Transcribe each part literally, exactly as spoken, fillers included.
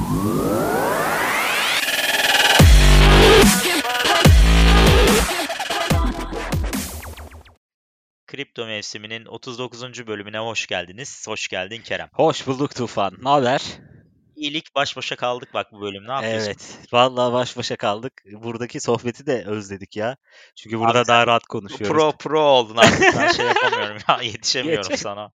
Kripto mevsiminin otuz dokuzuncu bölümüne hoş geldiniz. Hoş geldin Kerem. Hoş bulduk Tufan. Ne haber? İyilik, baş başa kaldık bak bu bölüm. Ne yapıyorsun? Evet, vallahi baş başa kaldık. Buradaki sohbeti de özledik ya. Çünkü Abi burada sen daha rahat pro konuşuyoruz. pro pro oldun artık. Ben şey yapamıyorum ya, yetişemiyorum Geçen. sana.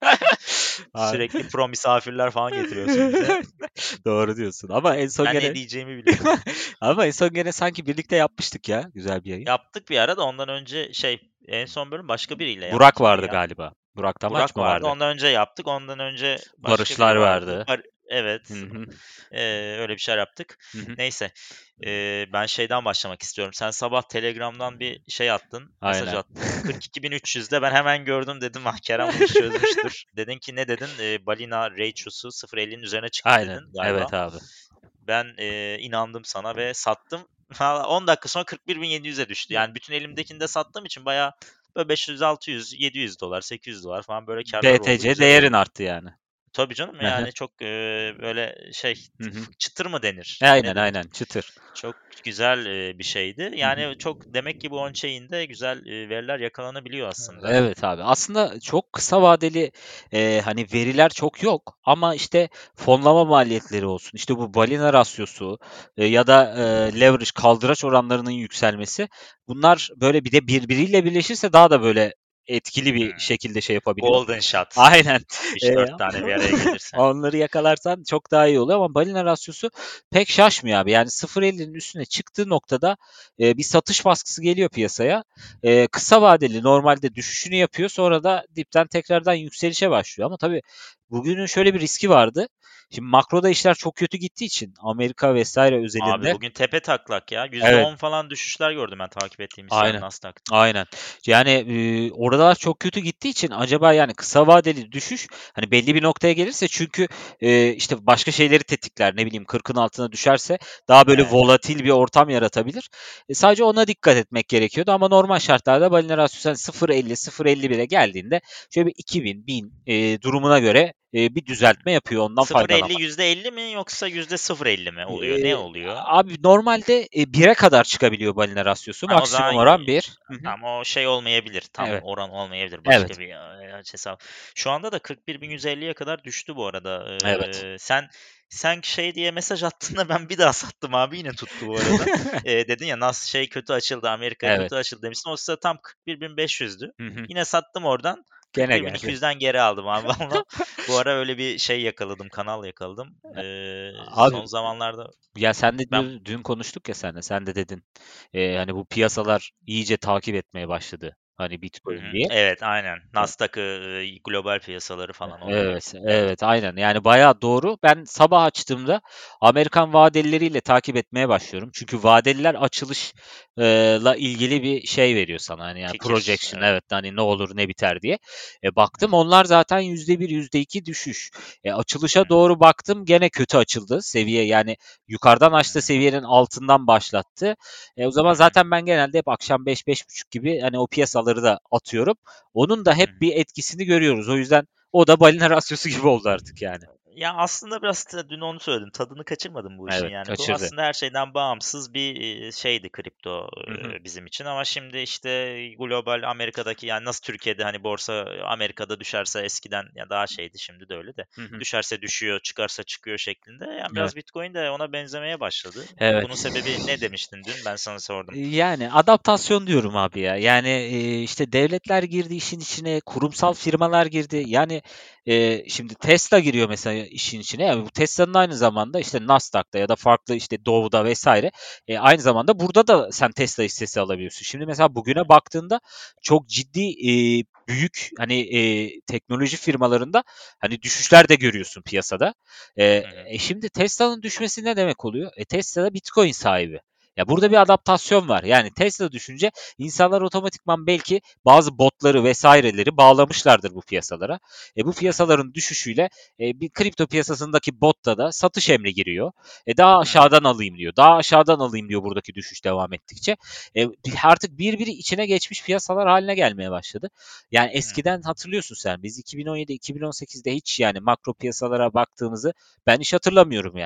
Ay, Sürekli pro misafirler falan getiriyorsun bize. Doğru diyorsun. Ama en son Ben ne gene diyeceğimi biliyorum. ama en son gene sanki birlikte yapmıştık ya. Güzel bir yayın. Yaptık bir ara da ondan önce şey en son bölüm başka biriyle Burak yaptık ama vardı ya. galiba. Burak Tamaç Burak mı vardı. vardı? Ondan önce yaptık. Ondan önce başka Barışlar biri vardı. vardı. Bar- Hı evet. hı. Eee, öyle bir şeyler yaptık. Hı hı. Neyse. Eee, ben şeyden başlamak istiyorum. Sen sabah Telegram'dan bir şey attın. Mesaj Aynen. attın. kırk iki bin üç yüzde ben hemen gördüm dedim. Ah Kerem bu işi çözmüştür. Dedin ki ne dedin? Eee, balina ratio'su sıfır virgül ellinin üzerine çıktı Aynen. dedin galiba. Evet abi. Ben eee, inandım sana ve sattım. Ha, on dakika sonra kırk bir bin yedi yüze düştü. Yani bütün elimdekini de sattığım için bayağı böyle beş yüz, altı yüz, yedi yüz dolar, sekiz yüz dolar falan böyle karlar oldu. B T C Güzel değerin oldu. arttı yani. Tabii canım Hı hı. yani çok eee, böyle şey Hı hı. çıtır mı denir? Ne Aynen denir? aynen çıtır. Çok güzel eee, bir şeydi. Hı hı. Yani çok demek ki bu on-chain'de güzel eee, veriler yakalanabiliyor aslında. Evet abi. Aslında çok kısa vadeli e, hani veriler çok yok ama işte fonlama maliyetleri olsun. İşte bu balina rasyosu e, ya da e, leverage kaldıraç oranlarının yükselmesi. Bunlar böyle bir de birbiriyle birleşirse daha da böyle etkili bir Hmm. şekilde şey yapabiliyor. Golden shot. Aynen. üç Eee, dört tane bir araya gelirse. onları yakalarsan çok daha iyi oluyor ama balina rasyosu pek şaşmıyor abi. Yani sıfır virgül ellinin üstüne çıktığı noktada eee, bir satış baskısı geliyor piyasaya. Eee, kısa vadeli normalde düşüşünü yapıyor. Sonra da dipten tekrardan yükselişe başlıyor. Ama tabii bugünün şöyle bir riski vardı. Şimdi makroda işler çok kötü gittiği için Amerika vesaire Abi özelinde. bugün tepe taklak ya. Evet. yüzde on falan düşüşler gördüm ben takip ettiğim hissler Aynen. Nasdaq'ta. Aynen. Yani, eee, oralar çok kötü gittiği için acaba, yani, kısa vadeli düşüş, hani, belli bir noktaya gelirse çünkü, eee, işte, başka şeyleri tetikler. Ne bileyim, kırkın altına düşerse daha böyle Evet. volatil bir ortam yaratabilir. E, sadece ona dikkat etmek gerekiyordu ama normal şartlarda balina rasyosu, hani, sıfır virgül elli sıfır virgül elli bire geldiğinde şöyle bir iki bin bin, eee, durumuna göre, eee, bir düzeltme yapıyor. Ondan sıfır virgül elli faydalanmak. yüzde elli mi yoksa yüzde sıfır virgül elli mi oluyor? Ne Eee, oluyor? abi normalde, eee, bire kadar çıkabiliyor balina rasyosu. Ha, o zaman Maksimum oran bir. Hı hı. tam o şey olmayabilir. Tam Evet. oran olmayabilir. Başka Evet. bir eee, hesap. Şu anda da kırk bir bin yüz elliye kadar düştü bu arada. Evet. Eee, sen sen şey diye mesaj attığında ben bir daha sattım abi yine tuttu bu arada. Eee, dedin ya nasıl şey kötü açıldı Amerika Evet. kötü açıldı demiştin. O sıra tam kırk bir bin beş yüzdü. Hı hı. Yine sattım oradan. Gene geldi. kırk bir bin iki yüzden geri aldım abi valla. Bu ara öyle bir şey yakaladım, kanal yakaladım. Eee, Abi son zamanlarda ya sen de ben dün, dün konuştuk ya seninle. Sen de dedin. Eee, hani bu piyasalar iyice takip etmeye başladı. Hani Hı Bitcoin hı. diye. Evet, aynen. Nasdaq'ı, eee, global piyasaları E falan onları evet, hepsini takip evet, aynen. Yani bayağı doğru. Ben sabah açtığımda Amerikan vadelileriyle takip etmeye başlıyorum. Çünkü vadeliler açılış eee, la ilgili bir şey veriyor sana. Hani yani fikir. projection, Evet. evet, hani ne olur ne biter diye. E, baktım onlar zaten yüzde bir, yüzde iki düşüş. E, Hı açılışa hı. doğru baktım gene kötü açıldı. Seviye yani yukarıdan Hı açtı, hı. seviyenin altından başlattı. E, o Hı zaman hı. zaten ben genelde hep akşam beş beş buçuk gibi hani o piyasaları da atıyorum. Onun da Hı hep hı. bir etkisini görüyoruz. O yüzden o da balina rasyosu gibi oldu artık yani. Ya, aslında biraz da dün onu söyledim, tadını kaçırmadım bu işin Evet, yani. Bu kaçırdı. aslında her şeyden bağımsız bir, eee, şeydi kripto, Hı hı. eee, bizim için ama şimdi, işte, global Amerika'daki yani nasıl Türkiye'de, hani, borsa Amerika'da düşerse eskiden ya daha şeydi, şimdi de öyle de Hı hı. düşerse düşüyor, çıkarsa çıkıyor şeklinde. Yani Evet. biraz Bitcoin de ona benzemeye başladı. Bunun Evet. sebebi ne demiştin dün? Ben sana sordum. Yani adaptasyon diyorum abi ya. Yani, eee, işte devletler girdi işin içine, kurumsal firmalar girdi. Yani, eee, şimdi Tesla giriyor mesela işin içine. Yani bu Tesla'nın aynı zamanda işte Nasdaq'ta ya da farklı işte Dow'da vesaire. eee, aynı zamanda burada da sen Tesla hissesi alabiliyorsun. Şimdi mesela bugüne baktığında çok ciddi, eee, büyük hani, eee, teknoloji firmalarında hani düşüşler de görüyorsun piyasada. Eee, Hı hı. e, şimdi Tesla'nın düşmesi ne demek oluyor? E, Tesla da Bitcoin sahibi. Ya burada bir adaptasyon var. Yani Tesla düşünce insanlar otomatikman belki bazı botları vesaireleri bağlamışlardır bu piyasalara. E bu Hı hı. piyasaların düşüşüyle e, bir kripto piyasasındaki botta da satış emri giriyor. E daha Hı hı. aşağıdan alayım diyor. Daha aşağıdan alayım diyor buradaki düşüş devam ettikçe. E, artık birbiri içine geçmiş piyasalar haline gelmeye başladı. Yani Hı hı. eskiden hatırlıyorsun sen biz iki bin on yedi iki bin on sekizde hiç yani makro piyasalara baktığımızı ben hiç hatırlamıyorum yani.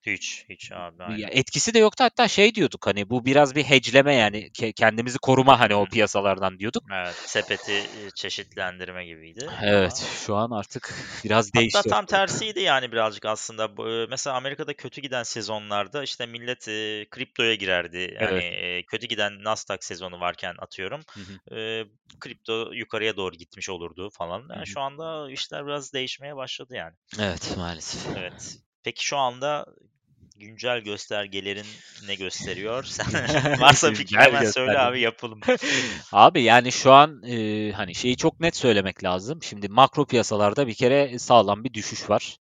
Hiç, hiç abi Ya aynen. etkisi de yoktu. Hatta şey diyorduk hani bu biraz bir hedgeleme yani ke- kendimizi koruma hani o Hı. piyasalardan diyorduk. Evet, sepeti e, çeşitlendirme gibiydi Evet, ama şu an artık biraz hatta değişti tam ortalık. tersiydi yani birazcık aslında. Bu, eee, mesela Amerika'da kötü giden sezonlarda işte millet, eee, kriptoya girerdi. Yani, Evet. eee, kötü giden Nasdaq sezonu varken atıyorum, Hı hı. eee, kripto yukarıya doğru gitmiş olurdu falan. Hı Yani hı. şu anda işler biraz değişmeye başladı yani. Evet, maalesef. Evet. Peki şu anda güncel göstergelerin ne gösteriyor? Sen varsa fikrin Güncel hemen söyle gösterge. abi yapalım. Abi yani şu an e, hani şeyi çok net söylemek lazım. Şimdi makro piyasalarda bir kere sağlam bir düşüş var.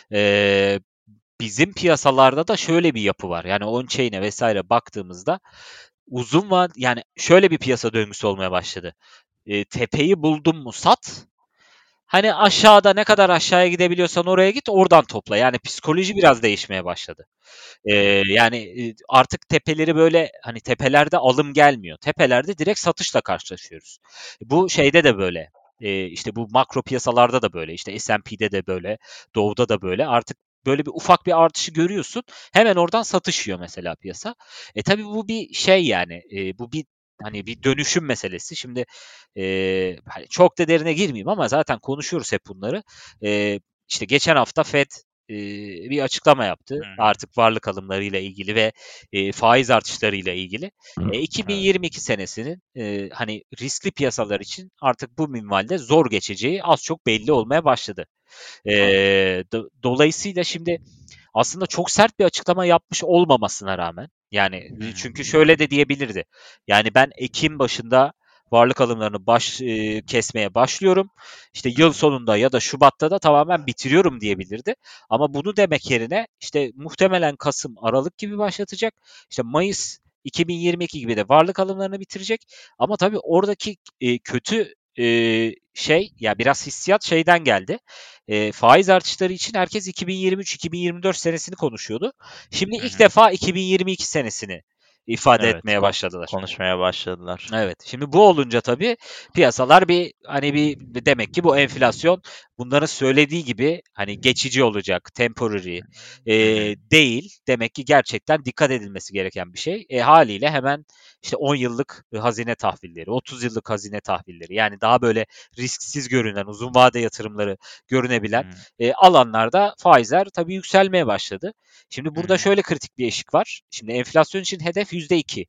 E, Bizim piyasalarda da şöyle bir yapı var. Yani on-chain'e vesaire baktığımızda uzun vad yani şöyle bir piyasa döngüsü olmaya başladı. E, tepeyi buldun mu sat. Hani aşağıda ne kadar aşağıya gidebiliyorsan oraya git oradan topla. Yani psikoloji biraz değişmeye başladı. Eee, yani, eee, artık tepeleri böyle, hani, tepelerde alım gelmiyor. Tepelerde direkt satışla karşılaşıyoruz. Bu şeyde de böyle, eee, işte, bu makro piyasalarda da böyle, işte, S and P'de de böyle, Dow'da da böyle. Artık böyle bir ufak bir artışı görüyorsun, hemen oradan satış yiyor mesela piyasa. E, tabii bu bir şey yani, eee, bu bir, hani, bir dönüşüm meselesi. Şimdi, eee, hani, çok da derine girmeyeyim ama zaten konuşuyoruz hep bunları. Eee, işte, geçen hafta Fed eee, bir açıklama yaptı. Hı hı. Artık varlık alımlarıyla ilgili ve eee, faiz artışlarıyla ilgili. E, Evet. iki bin yirmi iki senesinin eee, hani riskli piyasalar için artık bu minvalde zor geçeceği az çok belli olmaya başladı. Evet. Eee, do- dolayısıyla şimdi aslında çok sert bir açıklama yapmış olmamasına rağmen yani Hı hı. çünkü şöyle de diyebilirdi. Yani ben Ekim başında varlık alımlarını baş e, kesmeye başlıyorum. İşte Hı yıl hı. sonunda ya da Şubat'ta da tamamen bitiriyorum diyebilirdi. Ama bunu demek yerine işte muhtemelen Kasım, Aralık gibi başlatacak. İşte Mayıs iki bin yirmi iki gibi de varlık alımlarını bitirecek. Ama tabii oradaki e, kötü e, şey ya biraz hissiyat şeyden geldi. E, faiz artışları için herkes iki bin yirmi üç iki bin yirmi dört senesini konuşuyordu. Şimdi Hı ilk hı. defa iki bin yirmi iki senesini ifade Evet, etmeye kon başladılar. konuşmaya başladılar. Evet. Şimdi bu olunca tabii piyasalar bir hani bir demek ki bu enflasyon bunların söylediği gibi hani geçici olacak, temporary Hı hı. eee, değil. Demek ki gerçekten dikkat edilmesi gereken bir şey. E, haliyle hemen işte on yıllık hazine tahvilleri, otuz yıllık hazine tahvilleri yani daha böyle risksiz görünen, uzun vade yatırımları Hı görünebilen hı. e, alanlarda faizler tabii yükselmeye başladı. Şimdi Hı burada hı. şöyle kritik bir eşik var. Şimdi enflasyon için hedef yüzde iki.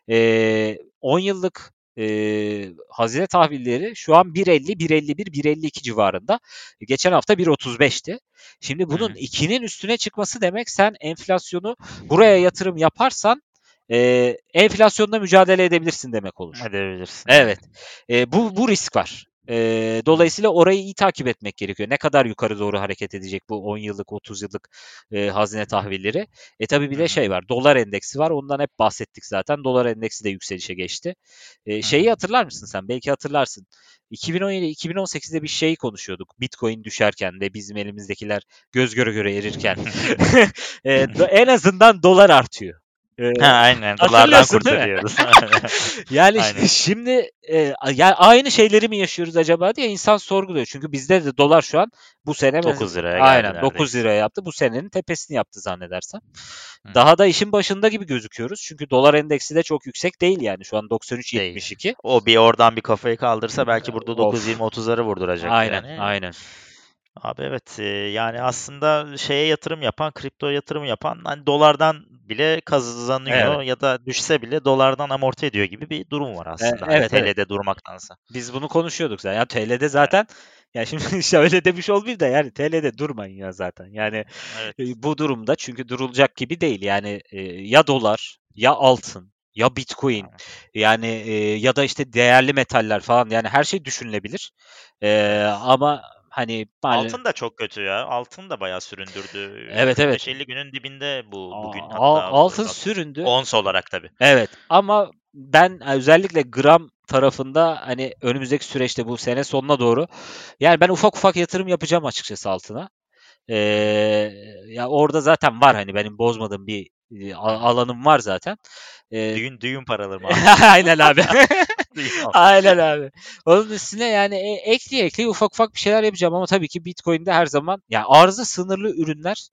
Eee, on yıllık eee, hazine tahvilleri şu an bir elli, bir elli bir, bir elli iki civarında. Geçen hafta bir otuz beşti. Şimdi Hı bunun hı. ikinin üstüne çıkması demek sen enflasyonu buraya yatırım yaparsan eee, enflasyonla mücadele edebilirsin demek olur. Edebilirsin, evet. Evet. Eee, bu bu risk var. Eee, dolayısıyla orayı iyi takip etmek gerekiyor. Ne kadar yukarı doğru hareket edecek bu on yıllık, otuz yıllık eee, hazine tahvilleri. E tabii bir Hı de hı. şey var. Dolar endeksi var. Ondan hep bahsettik zaten. Dolar endeksi de yükselişe geçti. Eee, Hı hı. şeyi hatırlar mısın sen? Belki hatırlarsın. iki bin on yedi iki bin on sekizde bir şey konuşuyorduk. Bitcoin düşerken ve bizim elimizdekiler göz göre göre erirken. Eee, do- en azından dolar artıyor. Eee, Ha, aynen dolardan hatırlıyorsun değil mi? kurtarıyoruz. Yani Aynen. şimdi, eee, ya aynı şeyleri mi yaşıyoruz acaba diye insan sorguluyor. Çünkü bizde de dolar şu an bu sene mes dokuz liraya geldi aynen dokuz neredeyse. liraya yaptı. Bu senenin tepesini yaptı zannedersem. Hı hı. Daha da işin başında gibi gözüküyoruz. Çünkü dolar endeksi de çok yüksek değil yani şu an Değil. doksan üç yetmiş iki. O bir oradan bir kafayı kaldırsa belki burada dokuz Of. yirmi otuzları vurduracak Aynen, yani. aynen. Abi evet, eee, yani aslında şeye yatırım yapan, kripto yatırım yapan hani dolardan bile Evet. kazanıyor ya da düşse bile dolardan amorti ediyor gibi bir durum var E aslında hani evet, evet. T L'de durmaktansa. Biz bunu konuşuyorduk zaten. Ya T L'de Evet, zaten ya şimdi şöyle demiş olmayayım da yani T L'de durmayın ya zaten. Yani e, evet. bu durumda çünkü durulacak gibi değil. Yani e, ya dolar ya altın ya Bitcoin Tamam. yani e, ya da işte değerli metaller falan yani her şey düşünülebilir. E, Evet. ama hani mal Altın da çok kötü ya. Altın da bayağı süründürdü. evet evet kırk beş elli günün dibinde bu bugün A- a- hatta altın bak süründü. ons olarak tabii. Evet ama ben özellikle gram tarafında hani önümüzdeki süreçte bu sene sonuna doğru yani ben ufak ufak yatırım yapacağım açıkçası altına. Hı hı. Eee, ya orada zaten var hani benim bozmadığım bir e, Hı a- hı. alanım var zaten. Eee, Düğün düğün paraları mı abi? aynen abi. Düğün al. Aynen abi. Onun üstüne yani e, ekleye ekleye ufak ufak bir şeyler yapacağım ama tabii ki Bitcoin'de her zaman yani arzı sınırlı ürünler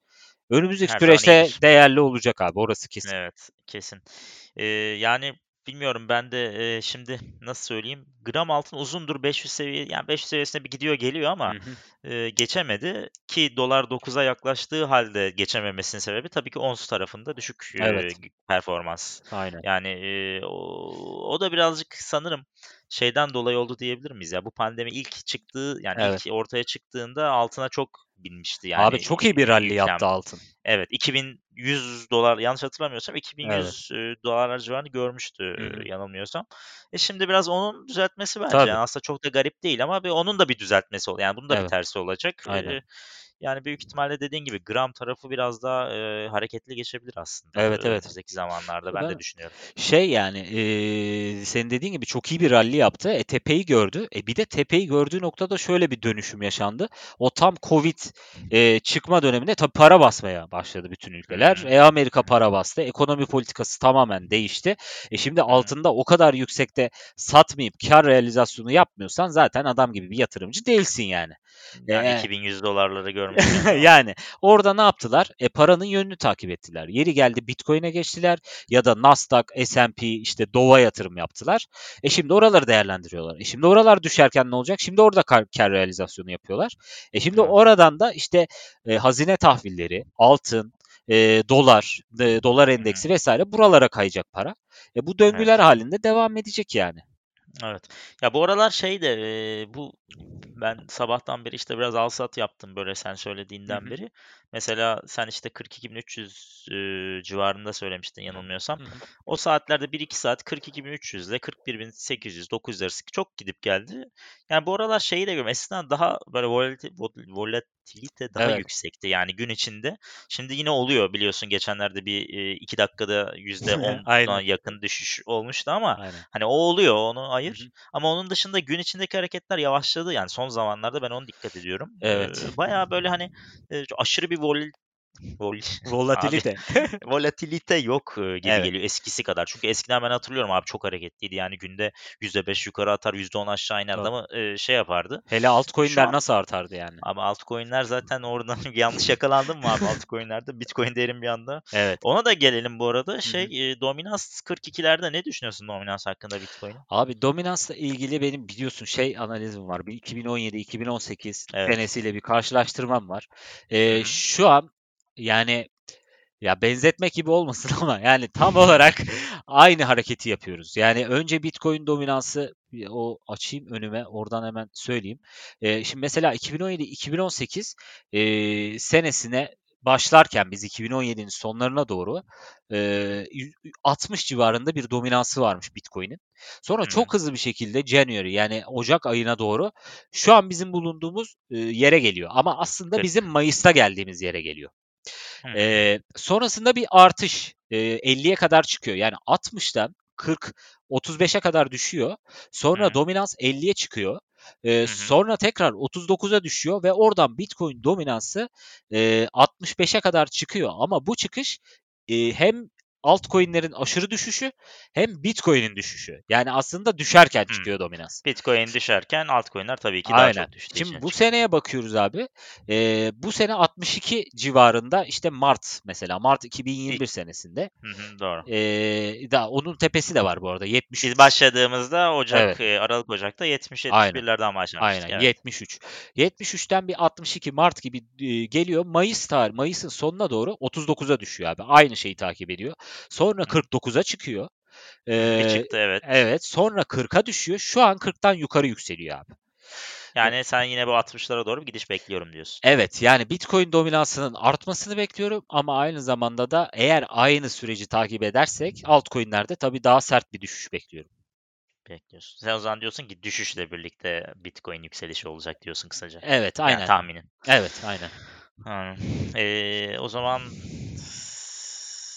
önümüzdeki Her zaman süreçte iyidir. değerli olacak abi. Orası kesin. Evet, kesin. Eee, yani bilmiyorum ben de, eee, şimdi nasıl söyleyeyim, gram altın uzundur beş yüz seviye yani beş yüz seviyesine bir gidiyor geliyor Hı ama, hı. eee, geçemedi ki dolar dokuza yaklaştığı halde geçememesinin sebebi tabii ki ons tarafında düşük, eee, Evet. g performans. Aynen. Yani, eee, o o da birazcık sanırım şeyden dolayı oldu diyebilir miyiz ya? Bu pandemi ilk çıktığı yani Evet. ilk ortaya çıktığında altına çok binmişti yani, Abi çok iyi bir eee, rally ülkem. yaptı altın. Evet, iki bin yüz dolar yanlış hatırlamıyorsam Evet. iki bin yüz, eee, dolarlar civarını görmüştü, Hı hı. eee, yanılmıyorsam. E, şimdi biraz onun düzeltmesi bence. Tabii. Yani aslında çok da garip değil ama bir onun da bir düzeltmesi ol yani bunun da bir Evet. tersi olacak. Aynen. Eee, yani büyük ihtimalle dediğin gibi gram tarafı biraz daha, eee, hareketli geçebilir aslında, eee, Evet, evet. önümüzdeki zamanlarda. Ben Ben de düşünüyorum. şey yani, eee, senin dediğin gibi çok iyi bir rally yaptı. E, tepeyi gördü. E, bir de tepeyi gördüğü noktada şöyle bir dönüşüm yaşandı. O tam Covid, eee, çıkma döneminde tabii para basmaya başladı bütün Hı ülkeler. hı. E, Hı Amerika hı. para bastı. Ekonomi politikası tamamen değişti. E, şimdi Hı hı. altında o kadar yüksekte satmayıp kar realizasyonu yapmıyorsan zaten adam gibi bir yatırımcı değilsin yani. Yani Eee iki bin yüz dolarları görmüşken değil mi? Yani orada ne yaptılar? E, paranın yönünü takip ettiler. Yeri geldi Bitcoin'e geçtiler ya da Nasdaq, S and P, işte Dov'a yatırım yaptılar. E şimdi oraları değerlendiriyorlar. E şimdi oralar düşerken ne olacak? Şimdi orada kar, kar realizasyonu yapıyorlar. E şimdi Evet. oradan da işte e, hazine tahvilleri, altın, e, dolar, e, dolar Hı hı. endeksi vesaire buralara kayacak para. E bu döngüler Evet. halinde devam edecek yani. Evet. Ya bu aralar şey de, eee, bu ben sabahtan beri işte biraz al sat yaptım böyle sen Hı söylediğinden hı. beri. Mesela sen işte kırk iki bin üç yüz eee, civarında söylemiştin yanılmıyorsam. Hı hı. O saatlerde bir iki saat kırk iki bin üç yüz ile kırk bir bin sekiz yüz dokuz yüz arası çok gidip geldi. Yani bu aralar şeyi de görüyorum. Eskiden daha böyle volatil, vol- volatilite daha Evet. yüksekti yani gün içinde. Şimdi yine oluyor biliyorsun geçenlerde bir eee, iki dakikada yüzde ona Aynen. yakın düşüş olmuştu ama Aynen. hani o oluyor, onu Hı ayır. hı. Ama onun dışında gün içindeki hareketler yavaşladı. Yani son zamanlarda ben ona dikkat ediyorum. Evet. Eee, bayağı böyle hani, eee, aşırı bir vol vol abi Volatilite. volatilite yok, eee, gibi Evet. geliyor eskisi kadar. Çünkü eskiden ben hatırlıyorum abi çok hareketliydi. Yani günde yüzde beş yukarı atar, yüzde on aşağı iner Tabii. adamı, eee, şey yapardı. Hele Şu altcoin'ler an nasıl artardı yani? abi altcoin'ler zaten oradan bir yanlış yakalandın mı abi altcoin'lerde? Bitcoin değerin bir anda. Evet. Ona da gelelim bu arada. Hı Şey, hı. eee, dominans kırk ikilerde ne düşünüyorsun dominans hakkında Bitcoin'in? Abi dominansla ilgili benim biliyorsun şey analizim var. Bir iki bin on yedi-iki bin on sekiz Evet. senesiyle bir karşılaştırmam var. Hı Eee, hı. şu an yani ya benzetmek gibi olmasın ama yani tam olarak aynı hareketi yapıyoruz. Yani önce Bitcoin dominansı bir o açayım önüme oradan hemen söyleyeyim. Eee, şimdi mesela iki bin on yedi-iki bin on sekiz eee, senesine başlarken biz iki bin on yedinin sonlarına doğru Hı hı. eee, yüz- altmış civarında bir dominansı varmış Bitcoin'in. Sonra Hı hı. çok hızlı bir şekilde January yani Ocak ayına doğru şu an bizim bulunduğumuz eee, yere geliyor. Ama aslında bizim kırk. Mayıs'ta geldiğimiz yere geliyor. Hı hı. Eee, sonrasında bir artış, eee, elliye kadar çıkıyor. Yani altmıştan kırk otuz beşe kadar düşüyor. Hı Sonra hı. dominans elliye çıkıyor. Eee, Hı hı. sonra tekrar otuz dokuza düşüyor ve oradan Bitcoin dominansı eee, altmış beşe kadar çıkıyor. Ama bu çıkış eee, hem altcoin'lerin aşırı düşüşü hem Bitcoin'in düşüşü. Yani aslında düşerken Hımm. çıkıyor dominans. Bitcoin düşerken altcoin'ler tabii ki daha Aynen. çok düştüğü Şimdi için bu çıktı. seneye bakıyoruz abi. Eee, bu sene altmış iki civarında işte Mart mesela Mart İ iki bin yirmi bir senesinde. Hı hı, doğru. Eee, daha onun tepesi de var bu arada Biz yetmiş üç. başladığımızda Evet. Ocak, eee, Aralık Ocak'ta Aynen. yetmiş yetmiş birlerden Aynen başlamıştık. Evet. yetmiş üç. yetmiş üçten bir altmış iki Mart gibi eee, geliyor. Mayıs tarih Mayıs'ın sonuna doğru otuz dokuza düşüyor abi. Aynı şeyi takip ediyor. Sonra Hı hı. kırk dokuza çıkıyor. Hı hı. Bir Eee, çıktı, evet. evet. Sonra kırka düşüyor. Şu an kırktan yukarı yükseliyor abi. Yani sen yine bu altmışlara doğru bir gidiş bekliyorum diyorsun. Evet, yani Bitcoin dominansının artmasını bekliyorum ama aynı zamanda da eğer aynı süreci takip edersek altcoin'lerde tabii daha sert bir düşüş bekliyorum. Bekliyorsun. Sen o zaman diyorsun ki düşüşle birlikte Bitcoin yükselişi olacak diyorsun kısaca. Evet, Yani aynen. tahminin. Evet, aynen. Hımm. Eee, o zaman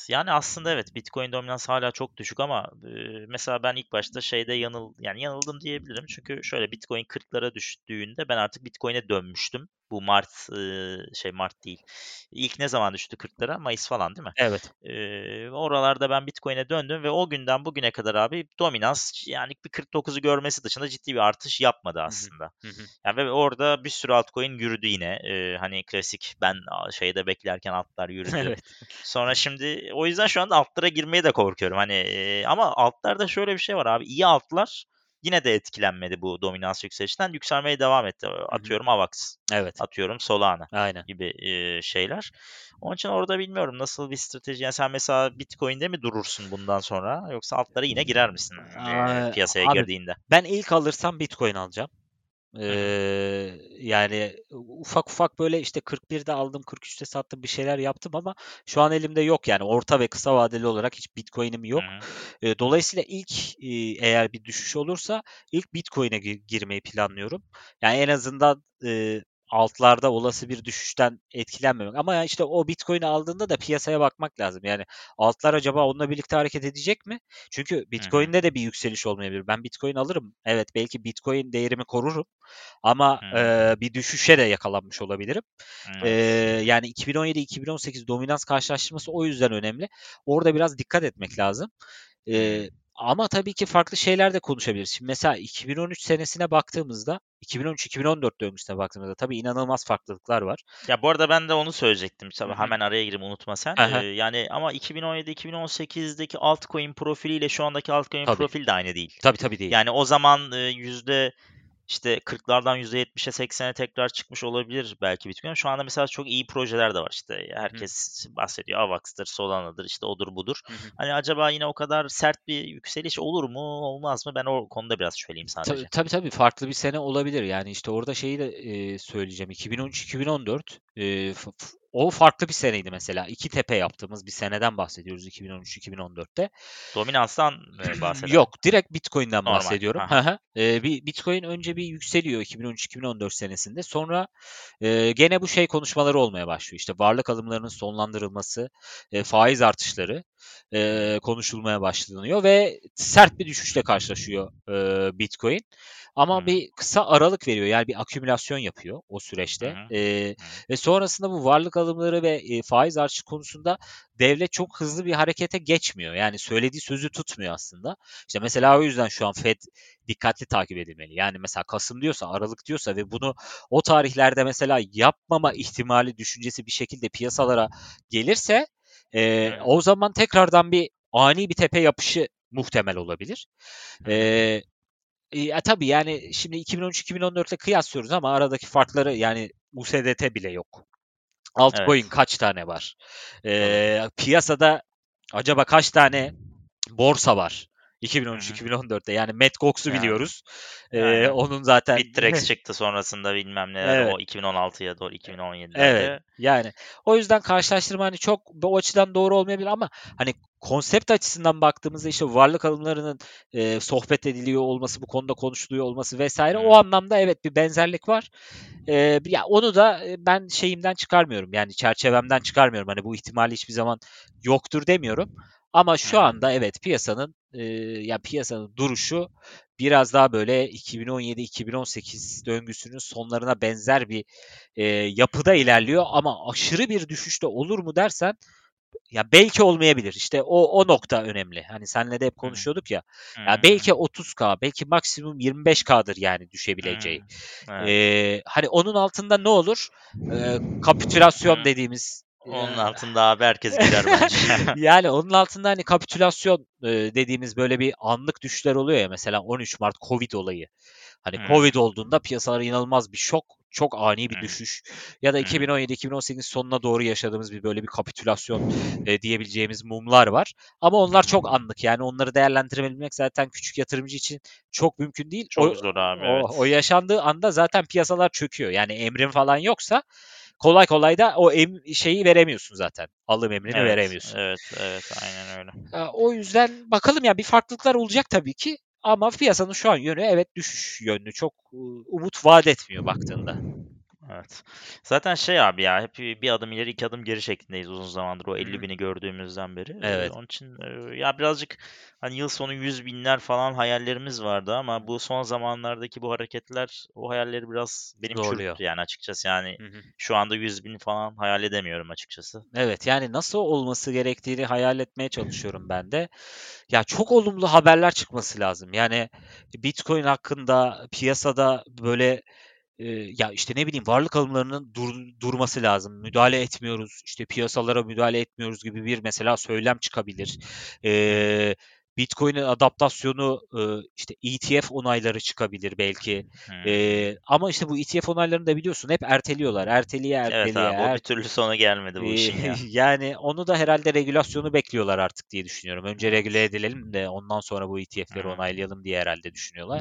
Yani aslında evet Bitcoin dominansı hala çok düşük ama e, mesela ben ilk başta şeyde yanıl yani yanıldım diyebilirim. Çünkü şöyle Bitcoin kırklara düştüğünde ben artık Bitcoin'e dönmüştüm. Bu Mart e, şey Mart değil. İlk ne zaman düştü kırklara? Mayıs falan değil mi? Evet. E, oralarda ben Bitcoin'e döndüm ve o günden bugüne kadar abi dominans yani bir kırk dokuzu görmesi dışında ciddi bir artış yapmadı Hı hı. aslında. Hı hı. Yani ve orada bir sürü altcoin yürüdü yine. E, hani klasik ben a, şeyde beklerken altlar yürüdü. Evet. Sonra şimdi o yüzden şu anda altlara girmeye de korkuyorum. Hani e, ama altlarda şöyle bir şey var abi. İyi altlar yine de etkilenmedi bu dominans yükselişten. Yükselmeye devam etti. Hı hı. Atıyorum Avax, Evet. atıyorum Solana Aynen. gibi e, şeyler. Onun için orada bilmiyorum nasıl bir strateji. Yani sen mesela Bitcoin'de mi durursun bundan sonra yoksa altlara yine girer misin e, Aa, piyasaya abi girdiğinde? ben ilk alırsam Bitcoin alacağım. Hı hı, Eee, yani ufak ufak böyle işte kırk birde aldım, kırk üçte sattım bir şeyler yaptım ama şu an elimde yok yani orta ve kısa vadeli olarak hiç Bitcoin'im hı yok. hı, Eee, dolayısıyla ilk eee, eğer bir düşüş olursa ilk Bitcoin'e gi- girmeyi planlıyorum. Yani en azından eee, altlarda olası bir düşüşten etkilenmemek. Ama yani işte o Bitcoin'i aldığında da piyasaya bakmak lazım. Yani altlar acaba onunla birlikte hareket edecek mi? Çünkü hı hı, Bitcoin'de de bir yükseliş olmayabilir. Ben Bitcoin alırım. Evet belki Bitcoin değerimi korurum. Ama hı hı. eee, bir düşüşe de yakalanmış olabilirim. Eee, Evet. yani iki bin on yedi iki bin on sekiz dominans karşılaştırması o yüzden önemli. Orada biraz dikkat etmek lazım. Hı. Eee, ama tabii ki farklı şeyler de konuşabiliriz. Şimdi mesela iki bin on üç senesine baktığımızda, iki bin on üç iki bin on dört döngüsüne baktığımızda tabii inanılmaz farklılıklar var. Ya bu arada ben de onu söyleyecektim. Hı Tabii hı. hemen araya gireyim unutma sen. Hı Ee, hı. yani ama iki bin on yedi iki bin on sekizdeki altcoin profiliyle şu andaki altcoin Tabii. profil de aynı değil. Tabii tabii değil. Yani o zaman e, yüzde işte kırklardan yüzde yetmişe seksene tekrar çıkmış olabilir belki Bitcoin. Şu anda mesela çok iyi projeler de var işte. Hı hı. Herkes bahsediyor. Avax'tır, Solana'dır, işte odur budur. Hı hı. Hani acaba yine o kadar sert bir yükseliş olur mu, olmaz mı? Ben o konuda biraz şüpheliyim Tabii sadece. tabii tabii farklı bir sene olabilir. Yani işte orada şeyi de e, söyleyeceğim. iki bin on üç iki bin on dört e, f- f- o farklı bir seneydi mesela. İki tepe yaptığımız bir seneden bahsediyoruz iki bin on üç iki bin on dörtte. Dominanstan e, bahsedelim. Yok, direkt Bitcoin'den Normal. bahsediyorum. Hı Aha. hı. Ee, bir Bitcoin önce bir yükseliyor iki bin on üç iki bin on dört senesinde. Sonra e, gene bu şey konuşmaları olmaya başlıyor. İşte varlık alımlarının sonlandırılması, e, faiz artışları Hı hı. e, konuşulmaya başlanıyor ve sert bir düşüşle karşılaşıyor e, Bitcoin. Hı Ama hı. bir kısa aralık veriyor. Yani bir akümülasyon yapıyor o Hı süreçte. hı. E, Hı hı. ve sonrasında bu varlık alımları ve e, faiz artışı konusunda devlet çok hızlı bir harekete geçmiyor. Yani söylediği sözü tutmuyor aslında. İşte Hı mesela o hı. yüzden şu an Fed dikkatli takip edilmeli. Yani mesela Kasım diyorsa, Aralık diyorsa ve bunu o tarihlerde mesela yapmama ihtimali düşüncesi bir şekilde piyasalara gelirse Hı e, hı. o zaman tekrardan bir ani bir tepe yapışı muhtemel olabilir. Hı hı. E, e, tabii yani şimdi iki bin on üç iki bin on dört ile kıyaslıyoruz ama aradaki farkları yani U S D T bile yok. Altcoin Evet. kaç tane var? Tabii. E, piyasada acaba kaç tane borsa var? Hı hı. iki bin on üç iki bin on dörtte yani Mt. Gox'u Yani. biliyoruz. Ee, Yani. onun zaten Bittrex çıktı sonrasında bilmem neler evet o iki bin on altıya doğru evet iki bin on yedilerde. yani o yüzden karşılaştırma hani çok o açıdan doğru olmayabilir ama hani konsept açısından baktığımızda işte varlık alımlarının e, sohbet ediliyor olması, bu konuda konuşuluyor olması vesaire o Hı anlamda evet bir benzerlik var. Ee, ya onu da e, ben şeyimden çıkarmıyorum yani çerçevemden çıkarmıyorum. Hani bu ihtimali hiçbir zaman yoktur demiyorum. Ama hı. şu anda evet piyasanın e, ya piyasanın duruşu biraz daha böyle iki bin on yedi iki bin on sekiz döngüsünün sonlarına benzer bir e, yapıda ilerliyor ama aşırı bir düşüşte olur mu dersen ya belki olmayabilir. İşte o o nokta önemli. Hani senle de hep Hı hı. konuşuyorduk ya. Hı Ya hı. belki otuz bin, belki maksimum yirmi beş bin'dir yani Hı hı. düşebileceği. Evet. Ee, hani onun altında ne olur? Ee, kapitülasyon Hı. dediğimiz Onun ya- altında abi herkes girer bence. yani onun altında hani kapitülasyon e, dediğimiz böyle bir anlık düşüşler oluyor ya mesela on üç Mart Covid olayı. Hani Hı hı. Covid olduğunda piyasalar inanılmaz bir şok, çok ani bir Hı hı. düşüş ya da Hı hı. iki bin on yedi iki bin on sekiz sonuna doğru yaşadığımız bir böyle bir kapitülasyon e, diyebileceğimiz mumlar var. Ama Hı onlar hı. çok anlık yani onları değerlendirebilmek zaten küçük yatırımcı için çok mümkün değil. O, Çok zor abi o, o evet. yaşandığı anda zaten piyasalar çöküyor. Yani emrin falan yoksa kolay kolay da o em, şeyi veremiyorsun zaten. Alım emrini Evet. veremiyorsun. Evet. Evet. Aynen öyle. Ya, o yüzden bakalım ya bir farklılıklar olacak tabii ki. Ama piyasanın şu an yönü evet düşüş yönlü. Çok e, umut vaat etmiyor baktığında. Evet. Zaten şey abi ya hep bir adım ileri iki adım geri şeklindeyiz uzun zamandır o Hı elli hı. bini gördüğümüzden beri. Ee, Evet. onun için e, ya birazcık hani yıl sonu yüz binler falan hayallerimiz vardı ama bu son zamanlardaki bu hareketler o hayalleri biraz benim Zorluyor. çürüttü yani açıkçası. Yani Hı hı. şu anda yüz bin falan hayal edemiyorum açıkçası. Evet, yani nasıl olması gerektiğini hayal etmeye çalışıyorum ben de. Ya çok olumlu haberler çıkması lazım. Yani Bitcoin hakkında piyasada böyle e, ya işte ne bileyim varlık alımlarının dur, durması lazım. Müdahale etmiyoruz, işte piyasalara müdahale etmiyoruz gibi bir mesela söylem çıkabilir. Hı hı. E, Bitcoin'in adaptasyonu e, işte E T F onayları çıkabilir belki. Hmm. E, ama işte bu E T F onaylarını da biliyorsun hep erteliyorlar. Erteliye Evet erteliye abi o bir er, türlü sona gelmedi bu Eee, işin ya. yani onu da herhalde regülasyonu bekliyorlar artık diye düşünüyorum. Önce regüle Evet. edelim de ondan sonra bu E T F'leri Hmm. onaylayalım diye herhalde düşünüyorlar.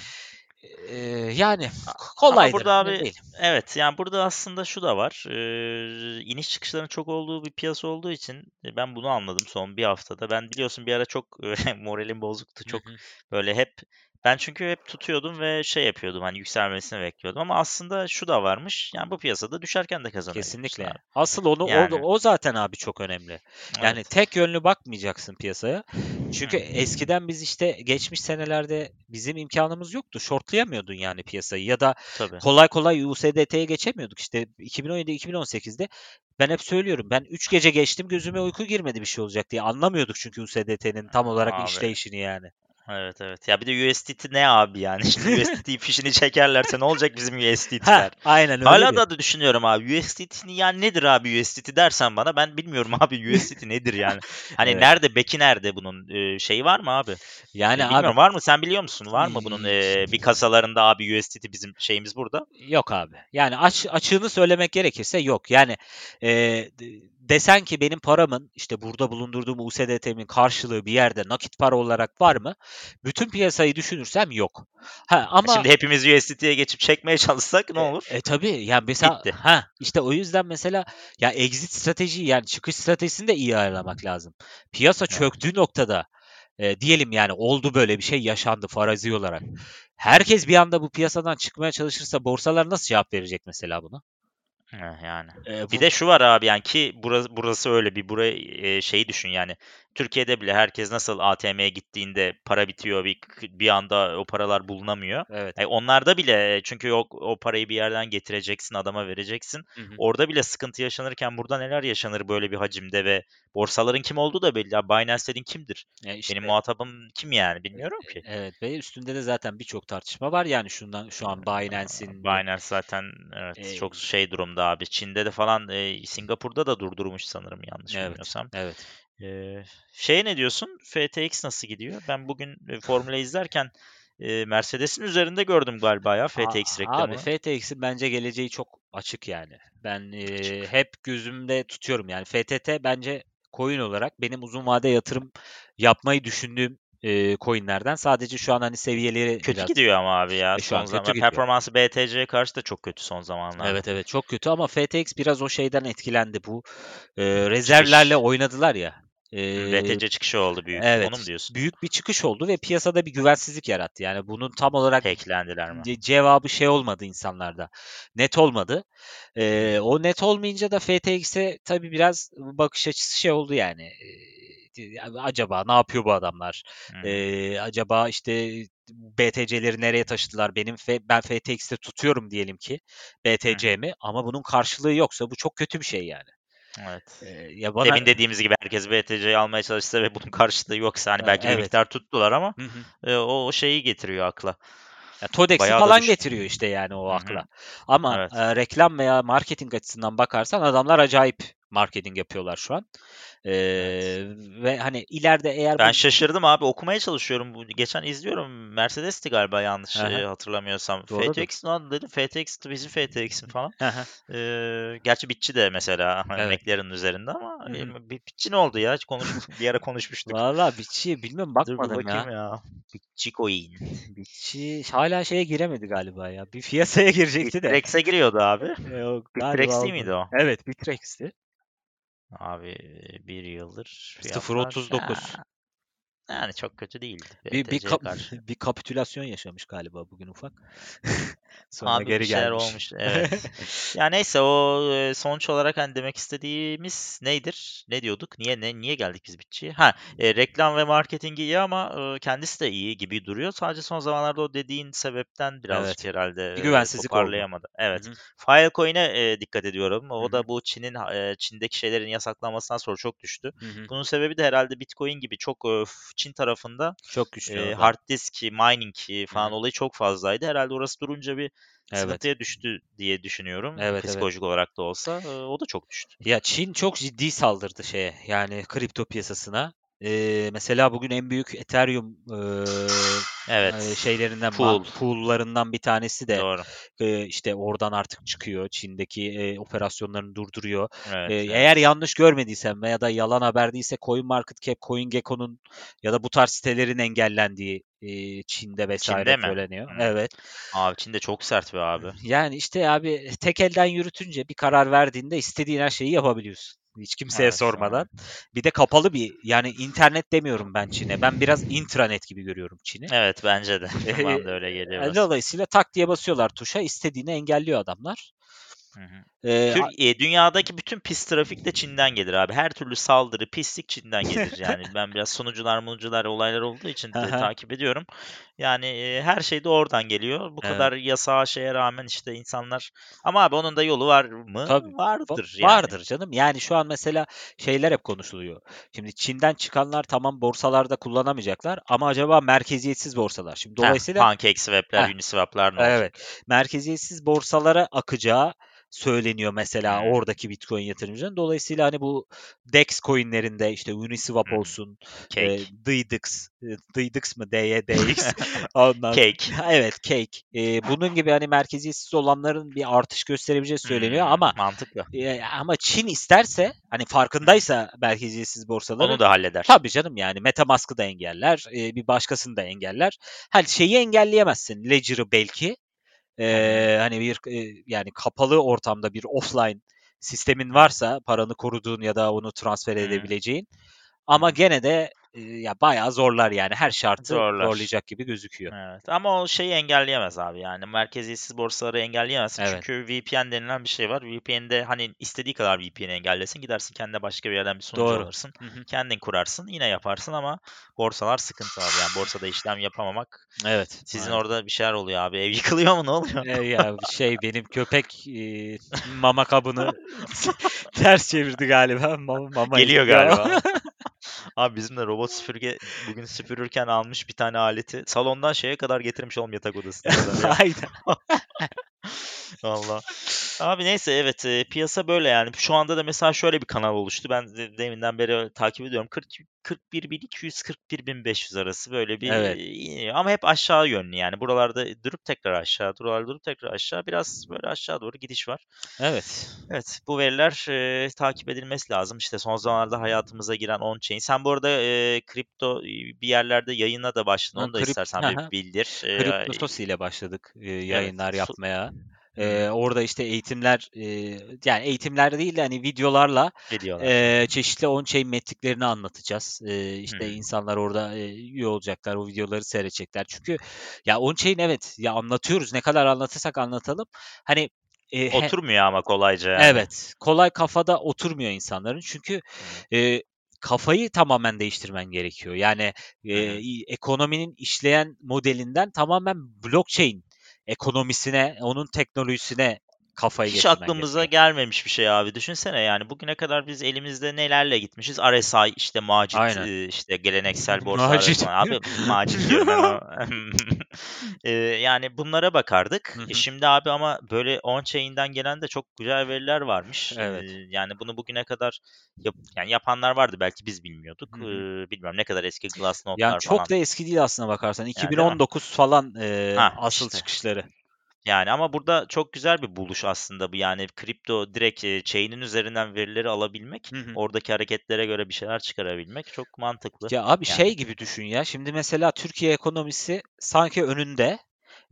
Eee, yani A ama kolaydır burada ne abi değil. evet, yani, burada aslında şu da var, eee, iniş çıkışların çok olduğu bir piyasa olduğu için, eee, ben bunu anladım son bir haftada. Ben biliyorsun bir ara çok, eee, moralim bozuktu. Hı Çok, hı. böyle, hep ben çünkü hep tutuyordum ve şey yapıyordum, hani, yükselmesini bekliyordum ama aslında şu da varmış, yani, bu piyasada düşerken de kazanabiliyorsun Kesinlikle. abi. Asıl onu o Yani, o zaten abi çok önemli. Yani evet. tek yönlü bakmayacaksın piyasaya. Hı Çünkü hı. eskiden biz işte geçmiş senelerde bizim imkanımız yoktu. Shortlayamıyordun yani piyasayı ya da Tabii. kolay kolay U S D T'ye geçemiyorduk. İşte iki bin on yedi iki bin on sekizde ben hep söylüyorum. Ben üç gece geçtim gözüme uyku girmedi bir şey olacak diye. Anlamıyorduk çünkü U S D T'nin tam olarak Abi işleyişini yani. evet, evet. Ya bir de U S D T ne abi yani? Şimdi U S D T fişini çekerlerse ne olacak bizim Ha, U S D T'ler? aynen Hala öyledir. da düşünüyorum abi. U S D T'nin yani nedir abi U S D T dersen bana ben bilmiyorum abi U S D T nedir yani? Hani Evet. nerede beki nerede bunun Ee, şeyi var mı abi? Yani E, abi bilmiyorum var mı sen biliyor musun? Var mı bunun iii, e, bir kasalarında abi U S D T bizim şeyimiz burada? yok abi. Yani aç açığını söylemek gerekirse yok. Yani, eee, d desen ki benim paramın, işte, burada bulundurduğum U S D T'min karşılığı bir yerde nakit para olarak var mı? Bütün piyasayı düşünürsem yok. Ha, ama Şimdi hepimiz U S D T'ye geçip çekmeye çalışsak ne e olur? e, tabii, yani, mesela Bitti. ha işte, o yüzden mesela ya exit strateji yani çıkış stratejisini de iyi ayarlamak lazım. Piyasa Evet. çöktüğü noktada, eee, diyelim yani oldu böyle bir şey yaşandı farazi olarak. Herkes bir anda bu piyasadan çıkmaya çalışırsa borsalar nasıl cevap verecek mesela buna? Eh, yani. Eee, Bir bu de şu var abi yani ki burası, burası öyle bir burayı eee, şeyi düşün yani Türkiye'de bile herkes nasıl A T M'ye gittiğinde para bitiyor bir bir anda o paralar bulunamıyor. Evet. E, onlarda bile çünkü o, o parayı bir yerden getireceksin adama vereceksin. Hı hı. Orada bile sıkıntı yaşanırken burada neler yaşanır böyle bir hacimde ve borsaların kim olduğu da belli. Ya Binance dediğin kimdir? Ya, Benim işte, muhatabım kim yani e bilmiyorum ki. evet ve üstünde de zaten birçok tartışma var yani şundan şu an Binance'in, eee, Binance zaten evet çok eee şey durumda abi. Çin'de de falan e, Singapur'da da durdurmuş sanırım yanlış Evet, bilmiyorsam. evet. Eee, şeye ne diyorsun? F T X nasıl gidiyor? Ben bugün e, Formula izlerken e, Mercedes'in üzerinde gördüm galiba ya A F T X abi reklamını. F T X'in bence geleceği çok açık yani. Ben, eee, Açık. hep gözümde tutuyorum yani. F T T bence coin olarak benim uzun vade yatırım yapmayı düşündüğüm, eee, coin'lerden. Sadece şu an, hani, seviyeleri Kötü biraz, gidiyor ama abi ya e, şu son an kötü zaman. gidiyor. Performansı B T C'ye karşı da çok kötü son zamanlarda. Evet, evet, çok kötü ama F T X biraz o şeyden etkilendi. Bu, eee, rezervlerle Çıkış. oynadılar ya. Hmm, Eee, B T C çıkışı oldu büyük. Onu mu evet, diyorsun? büyük bir çıkış oldu ve piyasada bir güvensizlik yarattı. Yani bunun tam olarak Hacklendiler mi? ce cevabı şey olmadı insanlarda, net olmadı. Eee, o net olmayınca da F T X'e tabii biraz bakış açısı şey oldu yani, eee, acaba ne yapıyor bu adamlar? Hı hı. Eee, acaba, işte, B T C'leri nereye taşıdılar? Benim fe ben F T X'te tutuyorum diyelim ki Hı hı. B T C'mi ama bunun karşılığı yoksa bu çok kötü bir şey yani. Evet. Eee, ya bana Demin dediğimiz gibi herkes B T C'yi almaya çalışsa ve bunun karşılığı yoksa hani Eee, belki bir evet. miktar tuttular ama Hı hı. e, o, o şeyi getiriyor akla. Ya Todex'i Bayağı da falan düştü. getiriyor işte yani o Hı hı. akla. Ama, Evet. eee, reklam veya marketing açısından bakarsan adamlar acayip marketing yapıyorlar şu an. Evet. Eee, ve hani ileride eğer Ben bu şaşırdım abi okumaya çalışıyorum. Bu geçen izliyorum. Mercedes'ti galiba yanlış Hı hı. e, hatırlamıyorsam. Doğrudur. F T X lan dedim. F T X bizim F T X'im falan. Hı hı. Ee, gerçi Bitçi de mesela Evet. McLaren'ın üzerinde ama Hı hı. e, Bi- Bitçi ne oldu ya? Hiç konuş bir ara konuşmuştuk. Valla Bitçi bilmiyorum Dur bir bakmadım bakayım ya. ya. Bitçi Coin. Bitçi hâlâ şeye giremedi galiba ya. Bir piyasaya girecekti de. Bitrex'e giriyordu abi. Eee, o galiba Bittrex değil olmadı. miydi o? Evet, Bitrex'ti. Abi bir yıldır sıfır fiyatlar otuz ha, dokuz. Yani çok kötü değildi Bir bir B T C'ye kap karşı. bir kapitülasyon yaşamış galiba bugün ufak. Sonra Abi bir geri şeyler gelmiş. olmuş. Evet. Ya neyse o e, sonuç olarak hani demek istediğimiz nedir? Ne diyorduk? Niye ne niye geldik biz bitçiye? Ha, e, reklam ve marketingi iyi ama e, kendisi de iyi gibi duruyor. Sadece son zamanlarda o dediğin sebepten birazcık Evet. herhalde Bir e, güvensizlik oldu. toparlayamadı. Hı Evet. hı. Filecoin'e e, dikkat ediyorum. Hı O hı. da bu Çin'in e, Çin'deki şeylerin yasaklanmasından sonra çok düştü. Hı hı. Bunun sebebi de herhalde Bitcoin gibi çok e, Çin tarafında Çok güçlü e, orada. hard disk, mining Hı falan hı. olayı çok fazlaydı. Herhalde orası durunca bir Evet. sıkıntıya düştü diye düşünüyorum. Evet, evet. Psikolojik olarak da olsa. Eee, o da çok düştü. Ya Çin çok ciddi saldırdı şeye, yani kripto piyasasına. Eee, mesela bugün en büyük Ethereum eee, eee, Evet. şeylerinden, Pool. ma- pool'larından bir tanesi de Doğru. eee, işte oradan artık çıkıyor. Çin'deki eee, operasyonlarını durduruyor. Eee, Evet, eğer evet. yanlış görmediysem veya da yalan haber değilse CoinMarketCap, CoinGecko'nun ya da bu tarz sitelerin engellendiği eee, Çin'de vesaire Çin'de mi? söyleniyor. Hımm. Evet. Abi Çin de çok sert be abi. Yani, işte, abi, tek elden yürütünce bir karar verdiğinde istediğin her şeyi yapabiliyorsun. Hiç kimseye Evet, sormadan. aynen. Bir de kapalı bir, yani internet demiyorum ben Çin'e. Ben biraz intranet gibi görüyorum Çin'i. Evet, bence de. Bana Eee, da öyle geliyor biraz. dolayısıyla tak diye basıyorlar tuşa, istediğini engelliyor adamlar. Hı hı. Eee, Tür a eee, dünyadaki bütün pis trafik de Çin'den gelir abi. Her türlü saldırı, pislik Çin'den gelir. Yani ben biraz sunucular munucular olaylar olduğu için Hı de hı. takip ediyorum. Yani, eee, her şey de oradan geliyor. Bu Evet. kadar yasağa, şeye rağmen işte insanlar ama abi onun da yolu var mı? Tabii. Va Vardır yani. vardır canım. Yani şu an mesela şeyler hep konuşuluyor. Şimdi Çin'den çıkanlar tamam borsalarda kullanamayacaklar ama acaba merkeziyetsiz borsalar. Şimdi Heh, dolayısıyla PancakeSwap'ler, heh, Uniswap'lar ne evet. olacak? Merkeziyetsiz borsalara akacağı söyleniyor mesela Hımm. oradaki Bitcoin yatırımcıların. Dolayısıyla hani bu DEX coin'lerinde işte Uniswap Hı hı. olsun, eee, Cake. D Y D X, eee, D Y D X mı? D Y D X ondan Cake. evet, Cake. Eee, bunun gibi hani merkeziyetsiz olanların bir artış gösterebileceği söyleniyor Hımm, ama mantıklı. Eee, ama Çin isterse, hani, Hı hı. farkındaysa merkeziyetsiz Onu borsaların da halleder. tabii canım, yani, MetaMask'ı da engeller, eee, bir başkasını da engeller. Hani, şeyi engelleyemezsin, Ledger'ı belki. Hı hı. Eee, hani, bir, eee, yani, kapalı ortamda bir offline sistemin Evet. varsa paranı koruduğun ya da onu transfer Hı hı. edebileceğin Hı ama hı. gene de, eee, ya, bayağı zorlar, yani, her şartı Zorlar. zorlayacak gibi gözüküyor. Evet ama o şeyi engelleyemez abi yani merkeziyetsiz borsaları engelleyemezsin Evet, çünkü V P N denilen bir şey var. V P N'de hani istediği kadar V P N engellesin gidersin kendine başka bir yerden bir sunucu doğru. alırsın. Hı hı. Kendin kurarsın yine yaparsın ama borsalar sıkıntı abi yani borsada işlem yapamamak. Evet, Sizin maalesef. orada bir şeyler oluyor abi ev yıkılıyor mu ne oluyor? Eee, ya, şey, benim köpek, eee, mama kabını ters çevirdi galiba. Mama mama Geliyor istiyor. galiba. Abi bizim de robot süpürge bugün süpürürken almış bir tane aleti. Salondan şeye kadar getirmiş oğlum yatak odasına kadar ya. Aynen. Valla. Abi neyse evet e, piyasa böyle yani. Şu anda da mesela şöyle bir kanal oluştu. Ben de, deminden beri takip ediyorum. kırk, kırk bir bin iki yüz kırk bir bin beş yüz arası böyle bir Evet, e, iniyor. Ama hep aşağı yönlü yani. Buralarda durup tekrar aşağı, buralarda durup tekrar aşağı. Biraz böyle aşağı doğru gidiş var. evet. Evet, bu veriler e, takip edilmesi lazım. İşte son zamanlarda hayatımıza giren on-chain. Sen bu arada e, kripto e, bir yerlerde yayına da başladın. Ha, Onu da kript istersen hı bir hı. bildir. E, Kriptososi ile başladık, eee, evet. yayınlar Su- yapmaya. Hı hı. Eee, orada, işte, eğitimler, eee, yani eğitimler değil de, hani, videolarla, Videolar. Hı eee, hı. çeşitli on-chain metriklerini anlatacağız. Eee, Hı işte, hı. insanlar orada, eee, üye olacaklar, o videoları seyredecekler. Çünkü ya on-chain evet, ya anlatıyoruz, ne kadar anlatırsak anlatalım, hani, eee, he Oturmuyor ama kolayca yani. evet, kolay kafada oturmuyor insanların. Çünkü, Hı hı. eee, kafayı tamamen değiştirmen gerekiyor. Yani, Hı eee, hı. i ekonominin işleyen modelinden tamamen blockchain ekonomisine, onun teknolojisine kafayı Hiç getirmen aklımıza gerekiyor. gelmemiş bir şey abi. Düşünsene yani bugüne kadar biz elimizde nelerle gitmişiz? R S I, işte Macit, Aynen. eee, işte geleneksel borsalar Macit. falan. Abi Macit diyorum ben o. Eee, yani bunlara bakardık. Hı E hı. şimdi abi ama böyle on-chain'den gelen de çok güzel veriler varmış. Evet. Eee, yani bunu bugüne kadar yap yani yapanlar vardı belki biz bilmiyorduk. Hı Eee, hı. bilmiyorum ne kadar eski Yani Glassnode'lar çok falan. da eski değil aslına bakarsan. Yani değil mi? iki bin on dokuz falan, eee, Ha asıl işte. çıkışları. Yani ama burada çok güzel bir buluş aslında bu. Yani kripto direkt, eee, chain'in üzerinden verileri alabilmek, Hı hı. oradaki hareketlere göre bir şeyler çıkarabilmek çok mantıklı Ya, abi yani. şey gibi düşün ya, şimdi mesela Türkiye ekonomisi sanki önünde.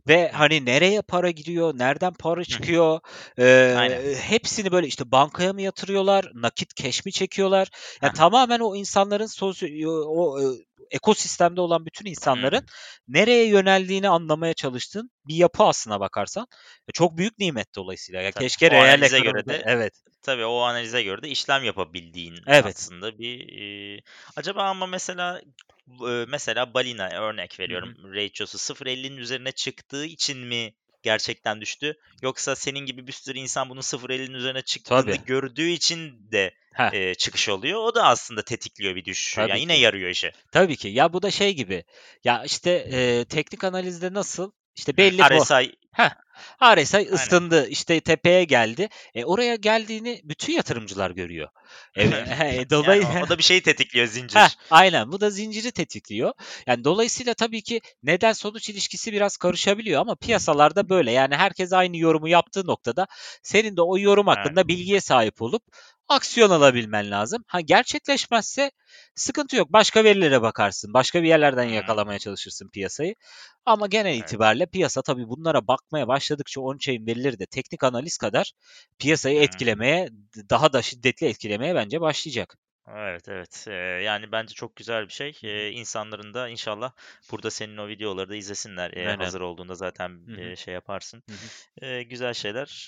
ve Hı. hani nereye para giriyor, nereden para Hı. çıkıyor, Aynen. eee, hepsini böyle işte bankaya mı yatırıyorlar, nakit cash mi çekiyorlar? Yani Heh. tamamen o insanların sosyo o, eee, ekosistemde olan bütün Hımm. insanların nereye yöneldiğini anlamaya çalıştığın bir yapı aslına bakarsan. E, çok büyük nimet dolayısıyla. Ya Tabii. keşke O reel analize göre ekonomide. de Evet. tabii o analize göre de işlem yapabildiğin Evet. aslında bir, eee, acaba ama mesela, eee, mesela balina örnek Hı veriyorum, hı. ratio'su sıfır virgül ellinin üzerine çıktığı için mi gerçekten düştü? Yoksa senin gibi bir sürü insan bunun sıfır virgül ellinin üzerine çıktığını Tabii. gördüğü için de, Heh, eee, çıkış oluyor. O da aslında tetikliyor bir düşüşü. Yani tabii yine ki. yarıyor işe. Tabii ki. Ya bu da şey gibi. Ya işte eee, teknik analizde nasıl? İşte Hımm, belli bu. R S I. Heh. R S I Aynen. ısındı, işte tepeye geldi. E oraya geldiğini bütün yatırımcılar görüyor. E, e, Yani o dolayı o da bir şeyi tetikliyor, Heh, zincir. aynen. Bu da zinciri tetikliyor. Yani dolayısıyla tabii ki neden sonuç ilişkisi biraz karışabiliyor ama piyasalarda böyle. Yani herkes aynı yorumu yaptığı noktada senin de o yorum Evet. hakkında bilgiye sahip olup aksiyon Hı hı. alabilmen lazım. Ha gerçekleşmezse sıkıntı yok. Başka verilere bakarsın. Başka bir yerlerden Hımm. yakalamaya çalışırsın piyasayı. Ama genel Evet. itibariyle piyasa tabii bunlara bakmaya başladıkça on-chain verileri de teknik analiz kadar piyasayı Hı hı. etkilemeye, daha da şiddetli etkilemeye bence başlayacak. Evet, evet. Eee, yani bence çok güzel bir şey. Hı hı. Eee, insanların da inşallah burada senin o videoları da izlesinler. Eee, Aynen. hazır olduğunda zaten, Hı hı. eee, şey yaparsın. Hı hı. Eee, güzel şeyler,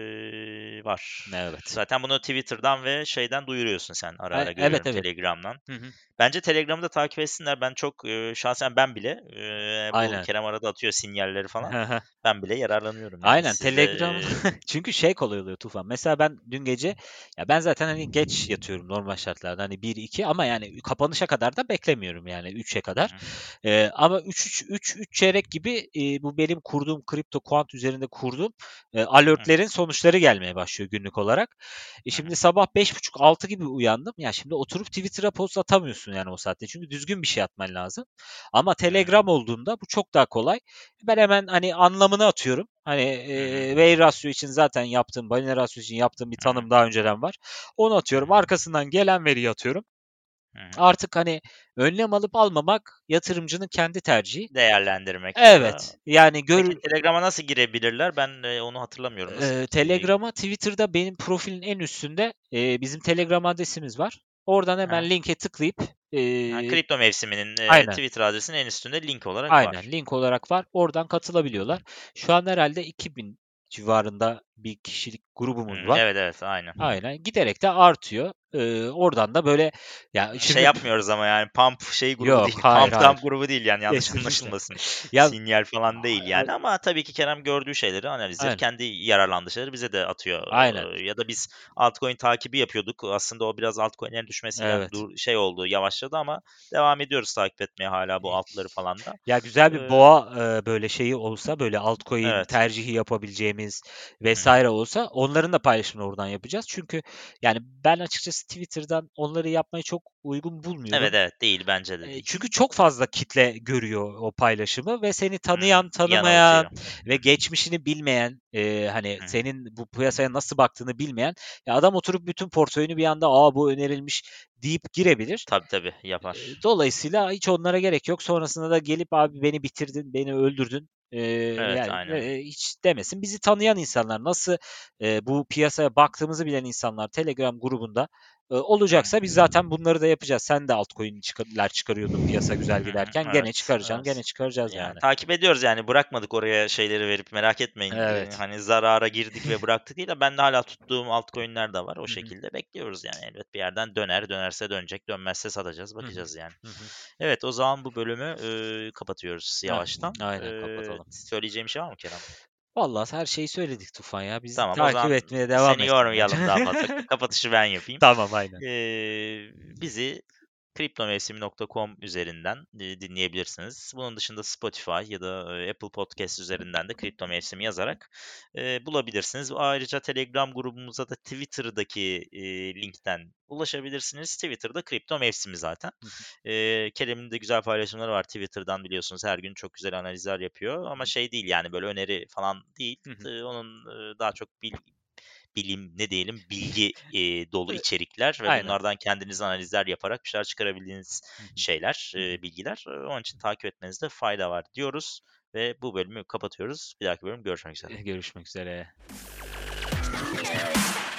eee, var. Evet. Zaten bunu Twitter'dan ve şeyden duyuruyorsun sen, ara E ara evet, görüyorum, evet. Telegram'dan. Hı hı. Bence Telegram'ı da takip etsinler. Ben çok, eee, şahsen ben bile, eee, bu Aynen. Kerem arada atıyor sinyalleri falan. Hı hı. Ben bile yararlanıyorum yani. Aynen Siz de, Telegram eee çünkü şey kolay oluyor Tufan. Mesela ben dün gece ya ben zaten hani geç yatıyorum normal şartlarda. Hani bir iki ama yani kapanışa kadar da beklemiyorum yani üçe Hı kadar. hı. Eee, ama üç üç üç üç çeyrek gibi, eee, bu benim kurduğum kripto kuant üzerinde kurduğum, eee, Hı hı. alert'lerin sonuçları gelmeye başlıyor günlük olarak. E, Hı hı. şimdi sabah beş buçuk altı gibi uyandım. Ya şimdi oturup Twitter'a post atamıyorsun yani o saatte. Çünkü düzgün bir şey atman lazım. Ama Telegram olduğunda bu çok daha kolay. Ben hemen hani anlamını atıyorum. Hani Hı hı. eee Whey rasyo için zaten yaptığım, balina rasyo için yaptığım bir Hı hı. tanım daha önceden var. Onu Hı atıyorum. hı. Arkasından gelen veriyi atıyorum. Hı hı. Artık hani önlem alıp almamak yatırımcının kendi tercihi. Değerlendirmek ya da Evet. Yani peki gör Telegram'a nasıl girebilirler? Ben, eee, onu hatırlamıyorum. Nasıl eee, üyeyi? Telegram'a Twitter'da benim profilin en üstünde eee, bizim Telegram adresimiz var. Oradan Hı hı. hemen linke tıklayıp Ha, eee, kripto mevsiminin, eee, aynen. Twitter adresinin en üstünde link olarak Aynen, var. link olarak var. Oradan katılabiliyorlar. Şu an herhalde iki bin civarında bir kişilik grubumuz Hımm, var. evet, evet, aynen. Aynen. Giderek de artıyor. Eee, oradan da böyle ya Şey şimdi yapmıyoruz ama yani pump şey grubu yok, değil, hayır, pump dump hayır. grubu değil yani yanlış Kesinlikle. anlaşılmasın. Ya Sinyal falan değil yani ama tabii ki Kerem gördüğü şeyleri, analizleri, aynen, kendi yararlandığı şeyleri bize de atıyor. aynen. Eee, ya da biz altcoin takibi yapıyorduk. Aslında o biraz altcoin'lerin düşmesiyle Evet. dur şey oldu, yavaşladı ama devam ediyoruz takip etmeye hâlâ bu altları falan da. Ya güzel bir Eee, boğa, eee, böyle şeyi olsa, böyle altcoin evet. tercihi yapabileceğimiz Hı hı. vesaire olsa onların da paylaşımını oradan yapacağız. Çünkü yani ben açıkçası Twitter'dan onları yapmayı çok uygun Evet, bulmuyorum. evet, değil, bence de Eee, değil. çünkü çok fazla kitle görüyor o paylaşımı ve seni Hımm, tanıyan, tanımayan yanıltıyor. ve Hı hı. geçmişini bilmeyen, eee, hani, Hı hı. senin bu piyasaya nasıl baktığını bilmeyen, ya, adam oturup bütün portföyünü bir anda, "A, bu önerilmiş." deyip girebilir. Tabii, tabii, Eee, yapar. dolayısıyla hiç onlara gerek yok. Sonrasında da gelip, "Abi beni bitirdin, beni öldürdün." eee, Evet, yani, aynen. eee, hiç demesin. Bizi tanıyan insanlar, nasıl, eee, bu piyasaya baktığımızı bilen insanlar Telegram grubunda, eee, Hı hı. olacaksa biz zaten bunları da yapacağız. Sen de altcoin çıkar çıkarıyordun piyasa güzel Hı hı. giderken. Gene Evet, çıkaracaksın, gene evet. çıkaracağız Yani yani. takip ediyoruz yani bırakmadık oraya şeyleri verip merak etmeyin. Eee, Evet. hani zarara girdik ve bıraktık değil de ben de hâlâ tuttuğum altcoin'ler de var. O Hı hı. şekilde bekliyoruz yani elbet bir yerden döner, dönerse dönecek, dönmezse satacağız, Hı hı. bakacağız yani. Hı hı. Evet, o zaman bu bölümü, ııı, kapatıyoruz Ah, yavaştan. aynen Eee, kapatalım. söyleyeceğim bir şey var mı Kerem? Vallahi her şeyi söyledik Tufan ya. Bizi Tamam, o takip zaman etmeye devam seni etsinler. yormayalım daha fazla. Kapatışı ben yapayım. Tamam, aynen. Eee, bizi kriptomevsimi nokta com üzerinden, eee, dinleyebilirsiniz. Bunun dışında Spotify ya da, eee, Apple Podcast üzerinden de Kripto Mevsimi yazarak, eee, bulabilirsiniz. Ayrıca Telegram grubumuza da Twitter'daki, eee, linkten ulaşabilirsiniz. Twitter'da Kripto Mevsimi zaten. Hı hı. Eee, Kerem'in de güzel paylaşımları var Twitter'dan biliyorsunuz. Her gün çok güzel analizler yapıyor ama şey değil yani böyle öneri falan değil. Hı hı. Eee, onun, eee, daha çok bil bilim, ne diyelim, bilgi, eee, dolu Eee, içerikler ve aynen. bunlardan kendiniz analizler yaparak bir şeyler çıkarabildiğiniz Hı hı. şeyler, Hı hı. eee, bilgiler. Eee, onun için takip etmenizde fayda var diyoruz Ve bu bölümü kapatıyoruz. Bir dahaki bölüm görüşmek üzere. Görüşmek üzere.